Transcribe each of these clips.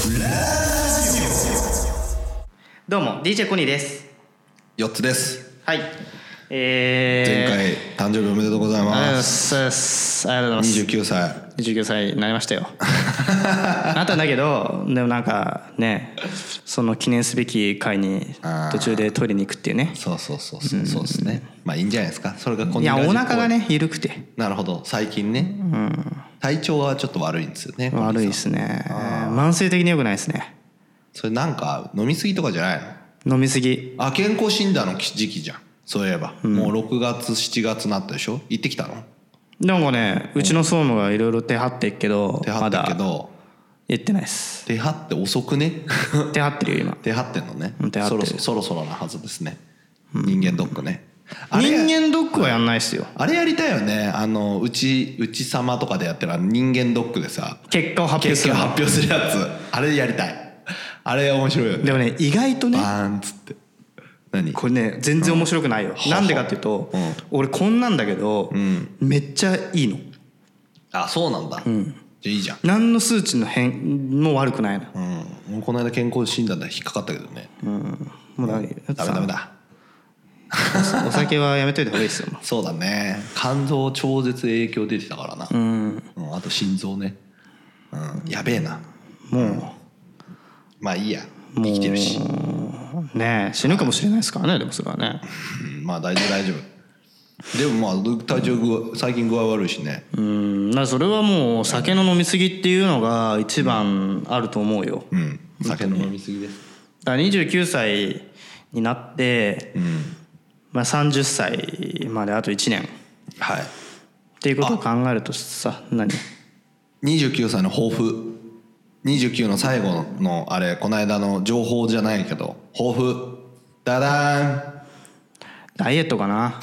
どうも DJ コニーです。 4つです。 はい、 前回誕生日おめでとうございます。 ありがとうございます。ありがとうございます。29歳になりましたよなったんだけど、でもなんかね、その記念すべき会に途中でトイレに行くっていうね。 そうですね、まあいいんじゃないですか。それがいや、お腹がね緩くて。 なるほど。最近ね、体調がちょっと悪いんですよね。 悪いですね。慢性的に良くないですね。 それなんか飲みすぎとかじゃないの？ 飲みすぎ。 健康診断の時期じゃん。そういえば、もう6月7月なったでしょ。行ってきたの？ なんかね、うちの総務がいろいろ手張ってるけど、 まだ言ってないです。 手張って遅くね手張ってるよ今。 手張ってんのね。そろそろなはずですね。人間ドックね。 人間ドックはやんないっすよ。 あれやりたいよね。うち様とかでやってる人間ドックでさ、 結果を発表するやつ。あれやりたい。あれ面白いよね。 でもね、意外とね、 バーンっつって。何これね、全然面白くないよ。なんでかっていうと、俺こんなんだけど、めっちゃいいの。 あ、そうなんだ。じゃあいいじゃん。 何の数値の変も悪くないの。 もうこの間健康診断で引っかかったけどね。 もうダメだお酒はやめといた方がいいですよそうだね。肝臓超絶影響出てたからな。あと心臓ね。やべえな。 もうまあいいや。生きてるしね。死ぬかもしれないですからね。でもそれはねまあ大丈夫。でもまあ体調最近具合悪いしね。 それはもう酒の飲み過ぎっていうのが一番あると思うよ。 酒の飲み過ぎです。 だから29歳になって、まあ、30歳まであと1年、 はい、 っていうことを考えるとさ、 29歳の抱負、29の最後のあれ、この間の情報じゃないけど抱負、ダダーン、 ダイエットかな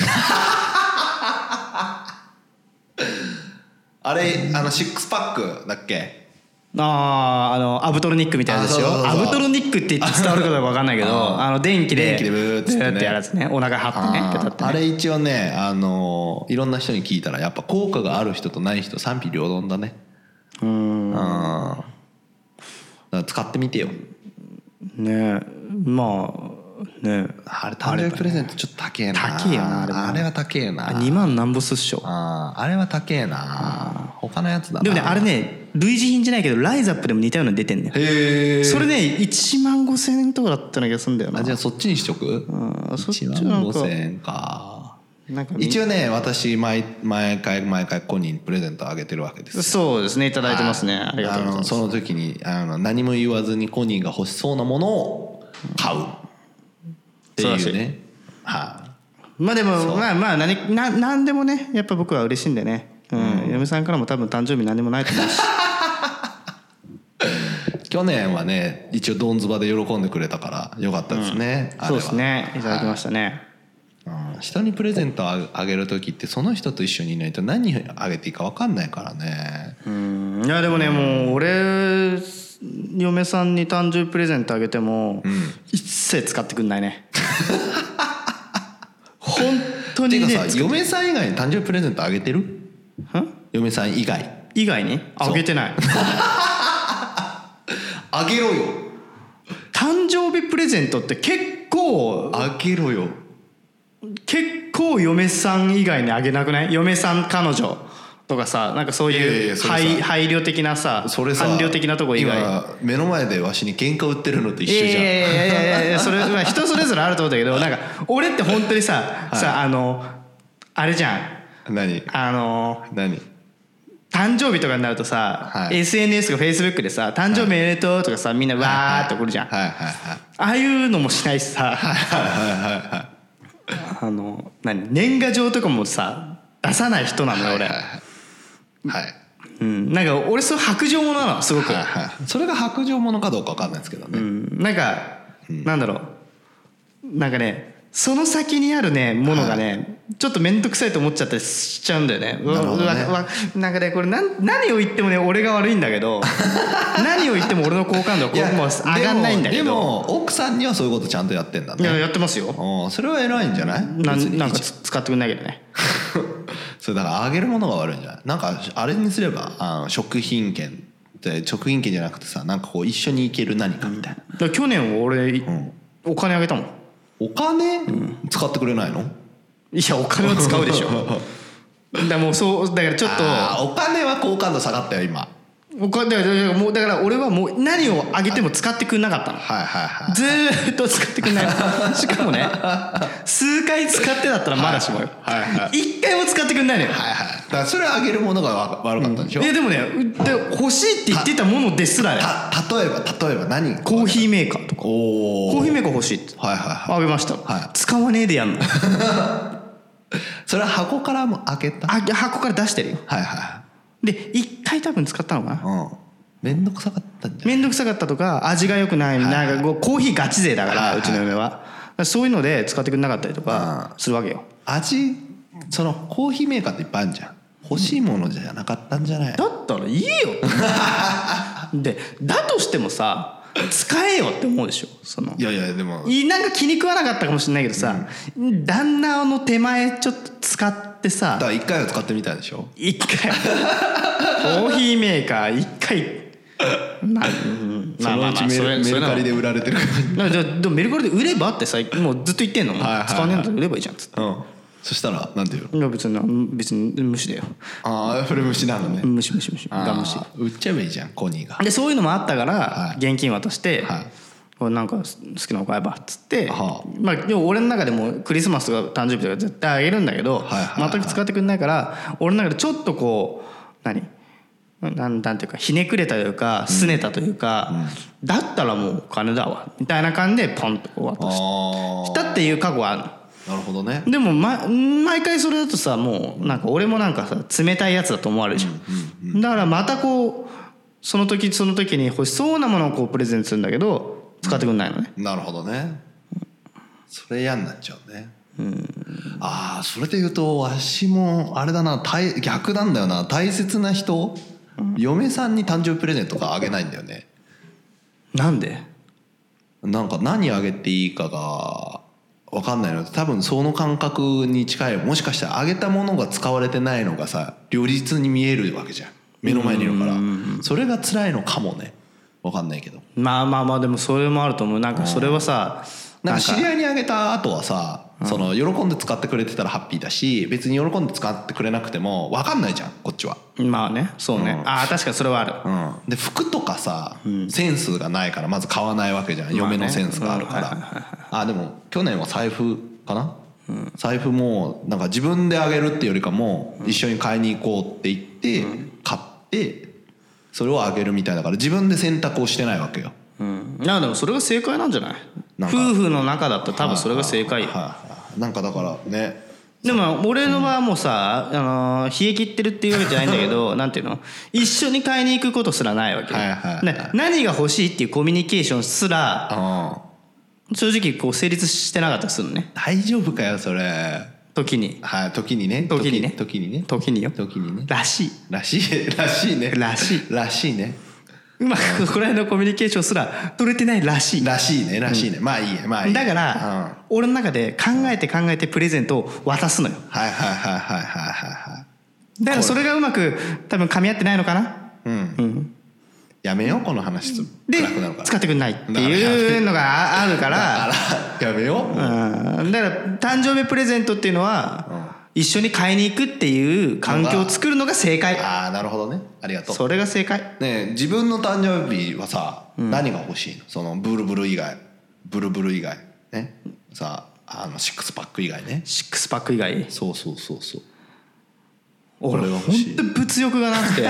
あれ、シックスパックだっけ？ アブトロニックみたいなやつでしょ。アブトロニックって言って伝わるかどうか分かんないけど、電気でブーってやるやつね。お腹張ってね。 あれ一応ね、いろんな人に聞いたらやっぱ効果がある人とない人賛否両論だね。だから使ってみてよ。 ね、まあね。 あれ誕生日プレゼントちょっと高えな。 高えよな。 あれは高えな。 2万何ぼすっしょ。 あれは高えな。他のやつだな。 でもね、あれね、類似品じゃないけどライザップでも似たようなの出てんだよ。 へえ。 それね、1万5千円とかだったような気がするんだよな。 じゃあそっちにしとく？1万5千円か。一応ね、私毎回コニーにプレゼントあげてるわけです。 そうですね、いただいてますね。ありがとうございます。 その時に何も言わずにコニーが欲しそうなものを買うっていうね。 まあでもまあ何でもね、やっぱ僕は嬉しいんでね。嫁さんからも多分誕生日何でもないと思うし去年はね、一応ドンズバで喜んでくれたからよかったですね。 そうですね、いただきましたね。 人にプレゼントあげる時ってその人と一緒にいないと何あげていいか分かんないからね。 いやでもね、もう俺嫁さんに誕生日プレゼントあげても、一切使ってくんないね本当にね。 てかさ、嫁さん以外に誕生日プレゼントあげてる？嫁さん以外にあげてない。 あげろよ。 誕生日プレゼントって結構あげろよ。 結構嫁さん以外にあげなくない？嫁さん彼女とかさ、なんかそういう配慮的なさ、伴侶的なとこ以外。 今目の前でわしに喧嘩売ってるのと一緒じゃん。 いやそれは人それぞれあると思うんだけど、なんか俺って本当にさ、あれじゃん。 何誕生日とかになるとさ、SNS とか Facebook でさ、誕生日おめでとうとかさ、みんなわーって送るじゃん。ああいうのもしないしさ、年賀状とかもさ出さない人なのよ俺。なんか俺そう白状者なのすごく。 それが白状者かどうか分かんないですけどね。 なんかなんだろう、なんかね、その先にあるねものがね、ちょっと面倒くさいと思っちゃったりしちゃうんだよね。なんかね、これ何を言ってもね俺が悪いんだけど何を言っても俺の好感度はもう上がんないんだけど。 でも奥さんにはそういうことちゃんとやってんだね。 いや、やってますよ。 それは偉いんじゃない？ なんか使ってくんないけどねそれだからあげるものが悪いんじゃない？なんかあれにすれば食品券直銀券じゃなくてさ、なんかこう一緒に行ける何かみたいな、 だから去年俺、お金あげたもん。 お金、使ってくれないの？ いやお金を使うでしょだからもうそうだからちょっとお金は好感度下がったよ今。 だから俺はもう何をあげても使ってくんなかったの、 はいはいはい、 ずーっと使ってくんないしかもね数回使ってだったらまだしもよ、一回も使ってくんないのよ。 はいはい、だからそれをあげるものが悪かったんでしょ、 いやでもね欲しいって言ってたものですらね、 例えば何？ コーヒーメーカーとか。コーヒーメーカー欲しいって、 はいはいはい、 あげました、 はい、 使わねえでやんのそれは箱からも開けた？ 箱から出してるよ。 はいはい。で一回多分使ったのかな。 めんどくさかったんじゃない？ めんどくさかったとか味が良くない、なんかコーヒーガチ勢だから、うちの嫁はそういうので使ってくれなかったりとかするわけよ。 そのコーヒーメーカーっていっぱいあるじゃん。欲しいものじゃなかったんじゃない？ だったらいいよでだとしてもさ使えよって思うでしょ。 いやいやでもなんか気に食わなかったかもしれないけどさ、旦那の手前ちょっと使ってさ、 だから1回は使ってみたでしょ。 1回コーヒーメーカー1回そのうちメルカリで売られてるでもメルカリで売ればってさもうずっと言ってんの、使わねえんだったら売ればいいじゃんっつって、 そしたらなんていうの？ いや別に無視だよ。 それ無視なのね。 無視ガン無視。 売っちゃえばいいじゃんコニーが。 でそういうのもあったから現金渡して、これなんか好きなの買えばっつって、まあでも俺の中でもクリスマスとか誕生日とか絶対あげるんだけど、全く使ってくれないから俺の中でちょっとこうなんていうかひねくれたというか拗ねたというか、だったらもうお金だわみたいな感じでポンとこう渡したっていう過去はあるの。 なるほどね。 でも、毎回それだとさもうなんか俺もなんかさ冷たいやつだと思われるじゃん、だからまたこうその時に欲しそうなものをこうプレゼントするんだけど使ってくんないのね、 なるほどね。それ嫌になっちゃうね。それで言うとわしもあれだな、逆なんだよな。大切な人、嫁さんに誕生日プレゼントとかあげないんだよね。 なんで？ なんか何あげていいかが分かんないので、多分その感覚に近い。もしかしたらあげたものが使われてないのがさ両立に見えるわけじゃん、目の前にいるから。それが辛いのかもね、分かんないけど。まあでもそれもあると思う。なんかそれはさ、 なんか知り合いにあげた後はさ、その喜んで使ってくれてたらハッピーだし、別に喜んで使ってくれなくても分かんないじゃんこっちは。 まあね、そうね、確かにそれはある、で服とかさ、センスがないからまず買わないわけじゃん、嫁のセンスがあるから。でも去年は財布かな、財布もなんか自分であげるっていうよりかも一緒に買いに行こうって言って買ってそれをあげるみたいだから、自分で選択をしてないわけよ。 いやでもそれが正解なんじゃない？夫婦の中だったら多分それが正解よ。 なんかだからね。 でも俺の場合はもうさ、冷え切ってるっていうわけじゃないんだけどなんていうの、一緒に買いに行くことすらないわけよ、何が欲しいっていうコミュニケーションすら正直こう成立してなかったりするのね。 大丈夫かよそれ。時にねらしいねうまくこれらのコミュニケーションすら取れてないらしいね。 まあいいやだから、俺の中で考えてプレゼントを渡すのよ。だからそれがうまく多分噛み合ってないのかな。 やめようこの話。 で使ってくんないっていうのがあるからやめよう。 だから誕生日プレゼントっていうのは一緒に買いに行くっていう環境を作るのが正解。 なるほどね、ありがとう。 それが正解ね。自分の誕生日はさ、何が欲しいの？そのブルブル以外ね、さシックスパック以外ね。 シックスパック以外、 そう俺は本当に物欲がなくて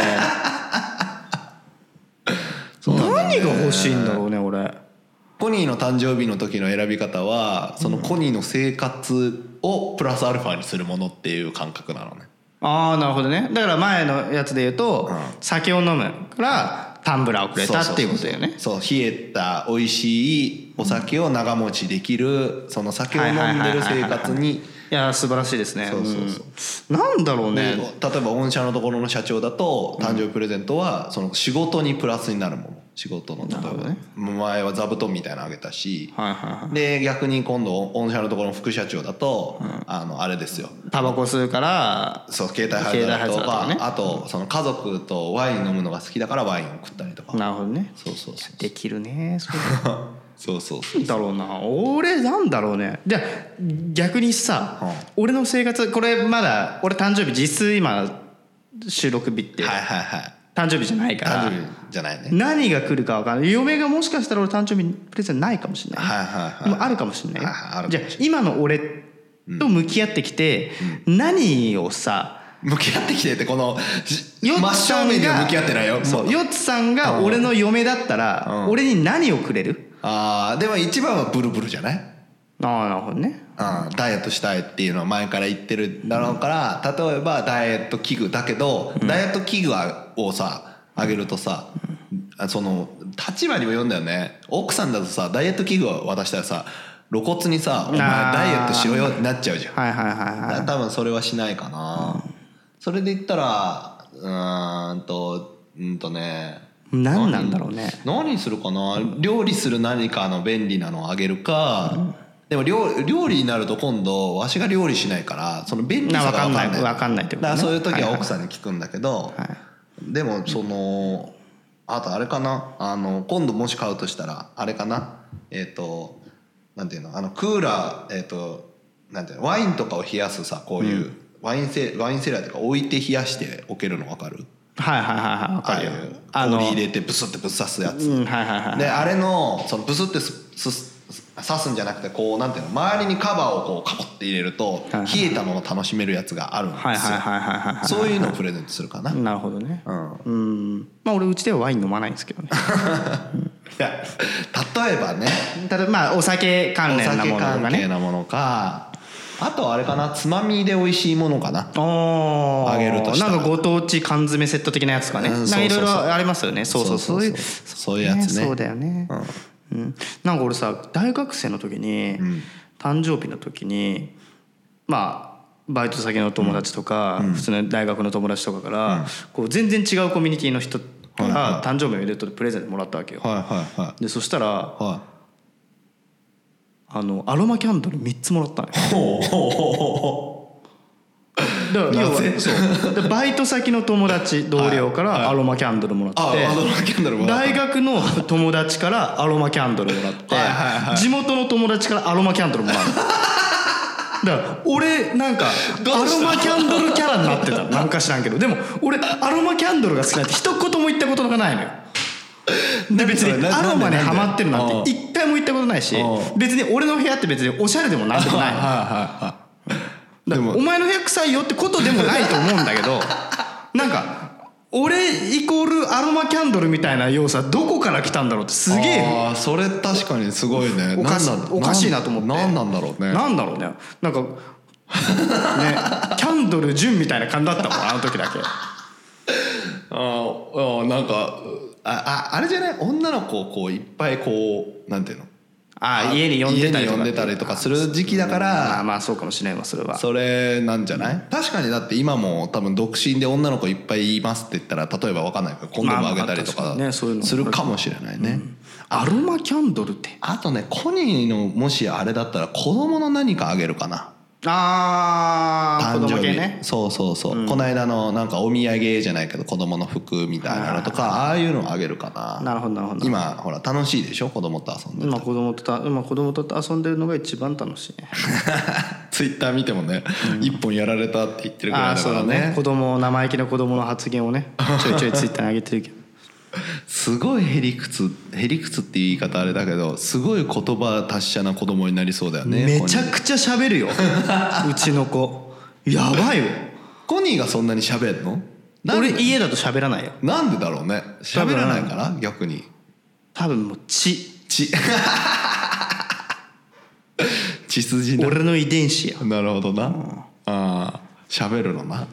何が欲しいんだろうね俺。 コニーの誕生日の時の選び方はそのコニーの生活をプラスアルファにするものっていう感覚なのね。 なるほどね。だから前のやつで言うと、酒を飲むからタンブラーをくれたっていうことだよね。 そう冷えた美味しいお酒を長持ちできる、その酒を飲んでる生活に。 いや素晴らしいですね。なんだろうね。 例えば御社のところの社長だと誕生日プレゼントはその仕事にプラスになるもの。 仕事の例えば、 なるほどね、 前は座布団みたいなのあげたし、 はいはいはい、 で逆に今度御社のところの副社長だと、あれですよ、 タバコ吸うからそう携帯配達とか、 ね、 あとその家族とワイン飲むのが好きだからワインを食ったりとか。 なるほどね、 そうそうそうできるねそれそうそうそうだろうな。俺なんだろうね。じゃあ逆にさ、俺の生活、これまだ俺誕生日実質今収録日ってはいはいはい、 誕生日じゃないから、 誕生日じゃないね、 何が来るか分からない。嫁がもしかしたら俺誕生日プレゼントないかもしれない、 はいはいはい、 でもあるかもしれないよ、 はいはい、 じゃあ今の俺と向き合ってきて、何をさ向き合ってきてってこのヨ真ッツさん正面にはが向き合ってないよ。 そうヨッツさんが俺の嫁だったら、俺に何をくれる？ でも一番はブルブルじゃない？ なるほどね、 ダイエットしたいっていうのは前から言ってるだろうから、例えばダイエット器具だけど、ダイエット器具をさあげるとさ、その立場にもよるんだよね。奥さんだとさダイエット器具を渡したらさ露骨にさ「お前ダイエットしろよ」ってなっちゃうじゃん。 はいはいはいはい、 多分それはしないかな、それで言ったらね、 何なんだろうね。 何するかな、料理する何かの便利なのをあげるか、でも料理になると今度わしが料理しないからその便利さが分かんないってことね。 だからそういう時は奥さんに聞くんだけど、でもそのあとあれかな、今度もし買うとしたらあれかな、なんていうの、クーラー、なんていうの、ワインとかを冷やすさ、こういう、ワインセラーとか置いて冷やしておけるの分かる？ はいはいはいはい、分かるよ。 氷入れてブスってぶっ刺すやつ、 はいはいはい、 であれのそのブスって刺すんじゃなくて、こうなんていうの、周りにカバーをこうカポって入れると冷えたまま楽しめるやつがあるんですよ。そういうのをプレゼントするかな。 なるほどね。まあ俺うちではワイン飲まないんですけどね。 いや例えばね、 まあお酒関連なものとかね。お酒関係なものか、あとあれかな、つまみで美味しいものかな、あげるとしたらなんかご当地缶詰セット的なやつかね、なんかいろいろありますよね。そういうやつね。そうだよね。なんか俺さ大学生の時に、誕生日の時にまあバイト先の友達とか、普通の大学の友達とかから、こう全然違うコミュニティの人から誕生日おめでとうでプレゼントもらったわけよ。でそしたら、アロマキャンドル3つもらったのよ。だから要はそうでバイト先の友達同僚からアロマキャンドルもらって、大学の友達からアロマキャンドルもらって、地元の友達からアロマキャンドルもらう。だから俺なんかアロマキャンドルキャラになってた。なんか知らんけど、でも俺アロマキャンドルが好きなんて一言も言ったことがないのよ。で別にアロマにハマってるなんて一回も言ったことないし、別に俺の部屋って別におしゃれでもなんでもないの。でもお前の部屋臭いよってことでもないと思うんだけど、なんか俺イコールアロマキャンドルみたいな要素はどこから来たんだろうってすげえ。 それ確かにすごいね。 おかしいなと思って。 何なんだろうね。 なんだろうね。なんかねキャンドル純みたいな感じだったもんあの時だけ。 なんかあれじゃない、女の子をこういっぱいこうなんていうの、 家に呼んでたりとかする時期だから、 まあそうかもしれないわ。それはそれなんじゃない？確かに。だって今も多分独身で女の子いっぱいいますって言ったら、例えば分かんないけどコンドームあげたりとかするかもしれないね。 アロマキャンドルって、 あとね、コニーのもしあれだったら子供の何かあげるかな。 子供系ね。 そう、この間のなんかお土産じゃないけど子供の服みたいなのとか、ああいうのをあげるかな。 なるほど。 今ほら楽しいでしょ、子供と遊んでる。 今子供と遊んでるのが一番楽しいね。 ツイッター見てもね、一本やられたって言ってるぐらいだからね。 生意気な子供の発言をねちょいちょいツイッターに上げてるけど。 すごいへりくつっていう言い方あれだけど、すごい言葉達者な子供になりそうだよね。 めちゃくちゃ喋るようちの子やばいよ。 コニーがそんなに喋るの？ 俺家だと喋らないよ。 なんでだろうね。喋らないから、逆に。多分もう血筋な。 俺の遺伝子や。 なるほどな。喋るのな。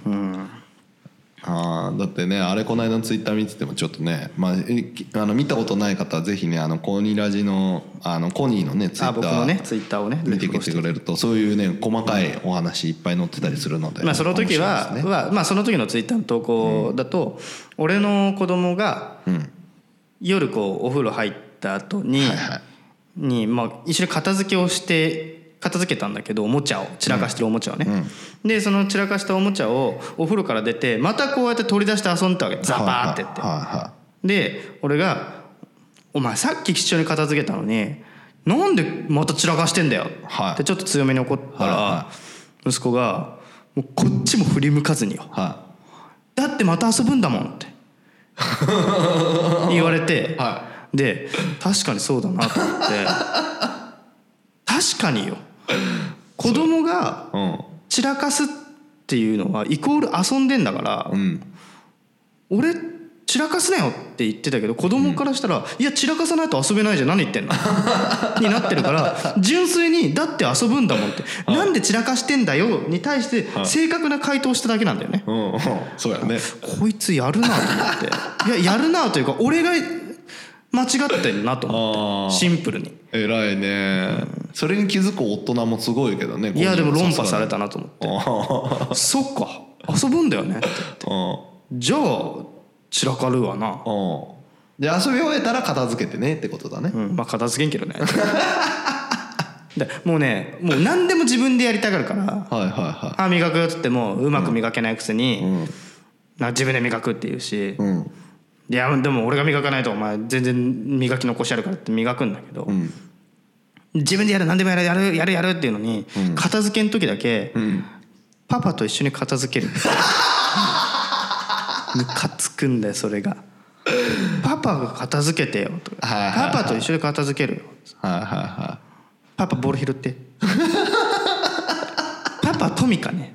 だってね、あれこの間のツイッター見ててもちょっとね、見たことない方はぜひね、コニラジのコニーのねツイッター、 僕のねツイッターをね見てきてくれると、そういうね細かいお話いっぱい載ってたりするので、 その時はその時のツイッターの投稿だと、俺の子供が夜こうお風呂入った後に、まあ、一緒に片付けをして片付けたんだけど、おもちゃを散らかしてるおもちゃをね、でその散らかしたおもちゃをお風呂から出てまたこうやって取り出して遊んでたわけ、ザバーってって、で俺が「お前さっき一緒に片付けたのになんでまた散らかしてんだよ」ってちょっと強めに怒ったら、息子がもうこっちも振り向かずによ「だってまた遊ぶんだもん」って言われて、で確かにそうだなと思って確かによ、子供が散らかすっていうのはイコール遊んでんだから、俺散らかすなよって言ってたけど、子供からしたら、いや散らかさないと遊べないじゃん、何言ってんのになってるから、純粋にだって遊ぶんだもんって、なんで散らかしてんだよに対して正確な回答しただけなんだよね。 そうやね。 こいつやるなと思って、いややるなというか俺が間違ってんなと思って、シンプルに。 偉いね、それに気づく大人もすごいけどね。 いやでも論破されたなと思って、そっか遊ぶんだよねって言って、じゃあ散らかるわな。 で遊び終えたら片付けてねってことだね。 まあ片付けんけどねでもうね、もう何でも自分でやりたがるから、歯磨くよっつってもうまく磨けないくせに、自分で磨くって言うし、いやでも俺が磨かないとお前全然磨き残しあるからって磨くんだけど、自分でやる、何でもやるっていうのに、片付けん時だけ、パパと一緒に片付けるムカつくんだよそれが。パパが片付けてよとか、パパと一緒に片付けるよ、パパボール拾ってパパトミカね、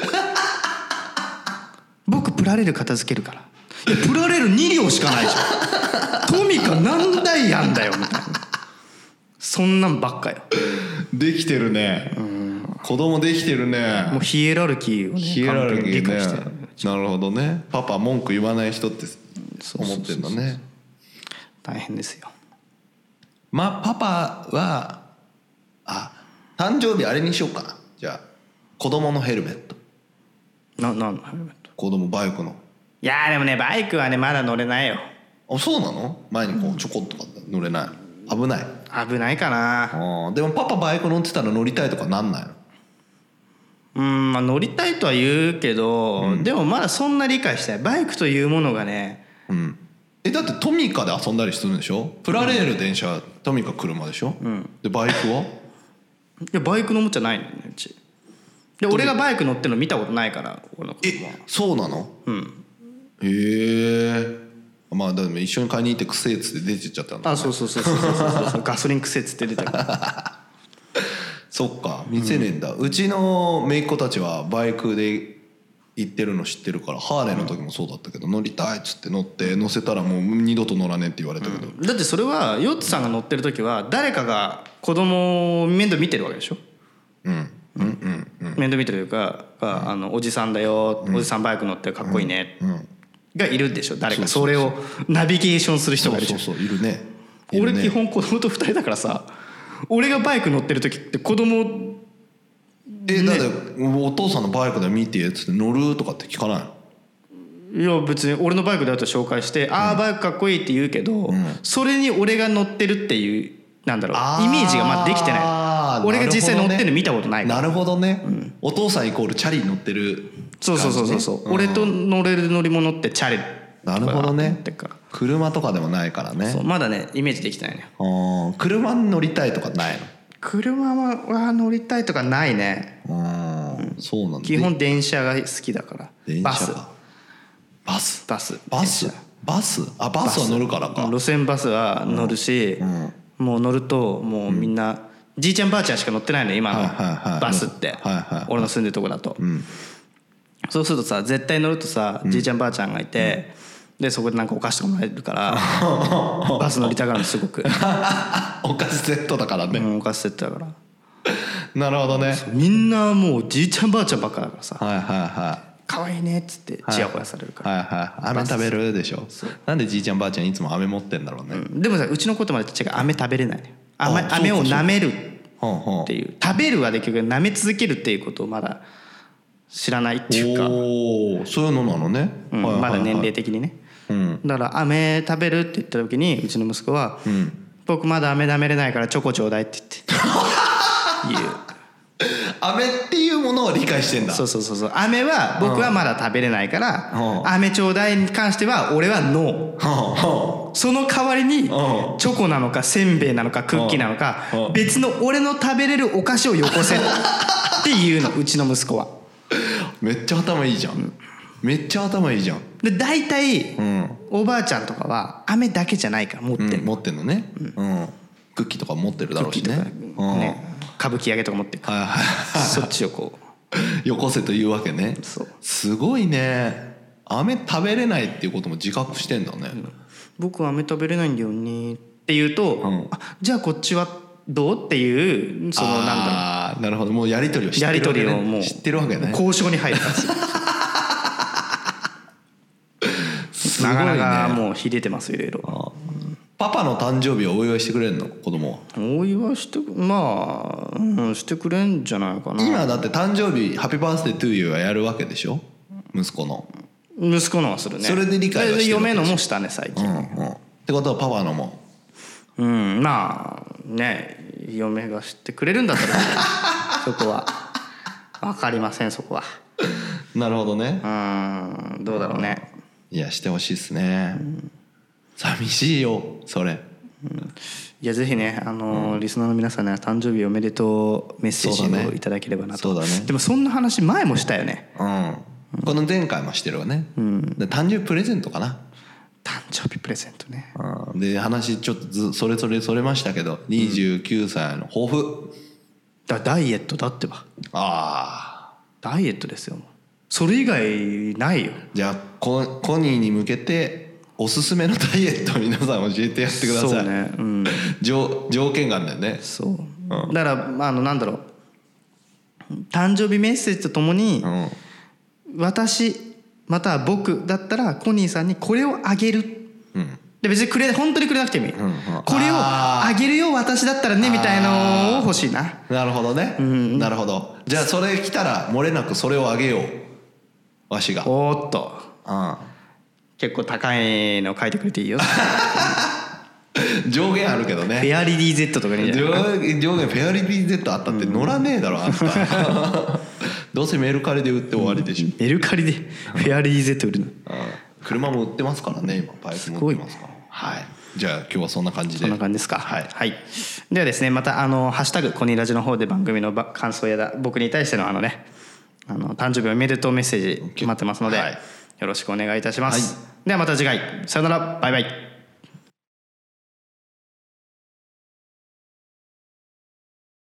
僕プラレール片付けるから。いやプラレール2両しかないじゃんトミカ何台やんだよみたいな、そんなんばっかよ。 できてるね、子供できてるね。 もうヒエラルキーをね、 ヒエラルキーね、 理解してる。 なるほどね。パパ文句言わない人って思ってんだね。 大変ですよ。 まあパパは誕生日あれにしようかな。じゃあ子供のヘルメット。 何のヘルメット？ 子供バイクの。 いやでもねバイクはねまだ乗れないよ。 あ、そうなの？前にこうちょこっとか乗れない。危ない。 危ないかな。 でもパパバイク乗ってたら乗りたいとかなんないの？ まあ乗りたいとは言うけど、でもまだそんな理解してない。バイクというものがね。 だってトミカで遊んだりするんでしょ？プラレール電車、トミカ車でしょ？でバイクは？いやバイクのおもちゃないのねうち。で俺がバイク乗ってるの見たことないから俺の子供は。 そうなの？へえ。まあでも一緒に買いに行ってくせえっつって出てっちゃったんだ、ね。 そうガソリンくせえっつって出たからそっか見せねえんだ、うちの姪っ子たちはバイクで行ってるの知ってるから、ハーレーの時もそうだったけど、乗りたいっつって乗せたらもう二度と乗らねえって言われたけど、 だってそれはヨッツさんが乗ってる時は誰かが子供を面倒見てるわけでしょ。面倒見てるというか、おじさんだよ、おじさんバイク乗ってかっこいいね、がいるでしょ。誰かそれをナビゲーションする人がいるでしょ。 いるね。 俺基本子供と2人だからさ、俺がバイク乗ってる時って子供だってお父さんのバイクで見てっつって乗るとかって聞かないの？ いや別に俺のバイクだと紹介してバイクかっこいいって言うけど、それに俺が乗ってるっていうなんだろうイメージがまだできてない。俺が実際乗ってるの見たことないから。 なるほどね、お父さんイコールチャリに乗ってる。 そう俺と乗れる乗り物ってチャリ。 なるほどね。車とかでもないからね。 そうまだねイメージできてないね。 車に乗りたいとかないの？ 車は乗りたいとかないね。 そうなんだ。 基本電車が好きだから。バスは乗るからか。 路線バスは乗るし、もう乗るともうみんな、じいちゃんばあちゃんしか乗ってないの今のバスって、俺の住んでるとこだと、そうするとさ絶対乗るとさ、じいちゃんばあちゃんがいて、でそこでなんかお菓子とかもらえるからバス乗りたがるのすごくお菓子セットだからね、 お菓子セットだからなるほどね。 みんなもうじいちゃんばあちゃんばっかだからさ、可愛いねっつってチヤホヤされるから、 飴食べるでしょ。なんでじいちゃんばあちゃんいつも飴持ってんだろうね、 でもさうちの子とまでちっちゃいから飴食べれないね。飴を舐めるっていう、食べるはできるけど舐め続けるっていうことをまだ知らないっていうか、 そういうのなのね、 まだ年齢的にね。 だから飴食べるって言った時にうちの息子は、僕まだ飴食べれないからチョコちょうだいって言って言う。 飴っていうものを理解してんだ。 そう飴は僕はまだ食べれないから、飴ちょうだいに関しては俺はノー、その代わりにチョコなのかせんべいなのかクッキーなのか別の俺の食べれるお菓子をよこせっていうの、うちの息子は。 めっちゃ頭いいじゃん、めっちゃ頭いいじゃん。 で大体、おばあちゃんとかは飴だけじゃないから持ってる、 持ってんのね、クッキーとか持ってるだろうしね、 歌舞伎揚げとか持ってるから、そっちをこうよこせというわけね。すごいね。飴食べれないっていうことも自覚してんだね。 僕は飴食べれないんだよねって言うと、じゃあこっちはどうっていう、そのなんだろう、 なるほど、もうやり取りを知ってるわけね。やり取りをもう知ってるわけね。 交渉に入るからすごいね。なかなかもう秀でてますいろいろ。 パパの誕生日をお祝いしてくれるの子供は。 お祝いしてしてくれんじゃないかな。 今だって誕生日ハッピーバースデートゥーユーはやるわけでしょ、息子のはするね。それで理解はしてるわけでしょ。嫁のもしたね最近、ってことはパパのもまあね、嫁が知ってくれるんだったらそこは分かりません、そこは。 なるほどね。 どうだろうね。 いやしてほしいっすね、寂しいよそれ、 いやぜひね、リスナーの皆さんには誕生日おめでとうメッセージをいただければなと。 そうだね。 でもそんな話前もしたよね。 この前回もしてるわね、で誕生日プレゼントかな。 誕生日プレゼントね、 で話ちょっとそれましたけど、29歳の抱負、 ダイエットだってば。ダイエットですよ。それ以外ないよ。じゃあコニーに向けておすすめのダイエットを皆さん教えてやってください。そうね、条件があるんだよね。そう、 だからなんだろう、誕生日メッセージとともに、私または僕だったらコニーさんにこれをあげる、で別に本当にくれなくてもいい、これをあげるよ私だったらねみたいのを欲しいな。 なるほどね、なるほど。じゃあそれ来たら漏れなくそれをあげよう、わしが。 おーっと、結構高いの書いてくれていいよ上限あるけどね。 フェアリディ Z とかに上限フェアリディ Z あったって乗らねえだろあんたどうせメルカリで売って終わりでしょ。 メルカリでフェアリディ Z 売るの。 車も売ってますからね、今バイクも売ってますから。はい、じゃあ今日はそんな感じで。 そんな感じですか。はい、ではですね、またハッシュタグコニーラジの方で番組の感想や僕に対しての誕生日おめでとうメッセージ待ってますので、よろしくお願いいたします。ではまた次回、さよなら、バイバイ。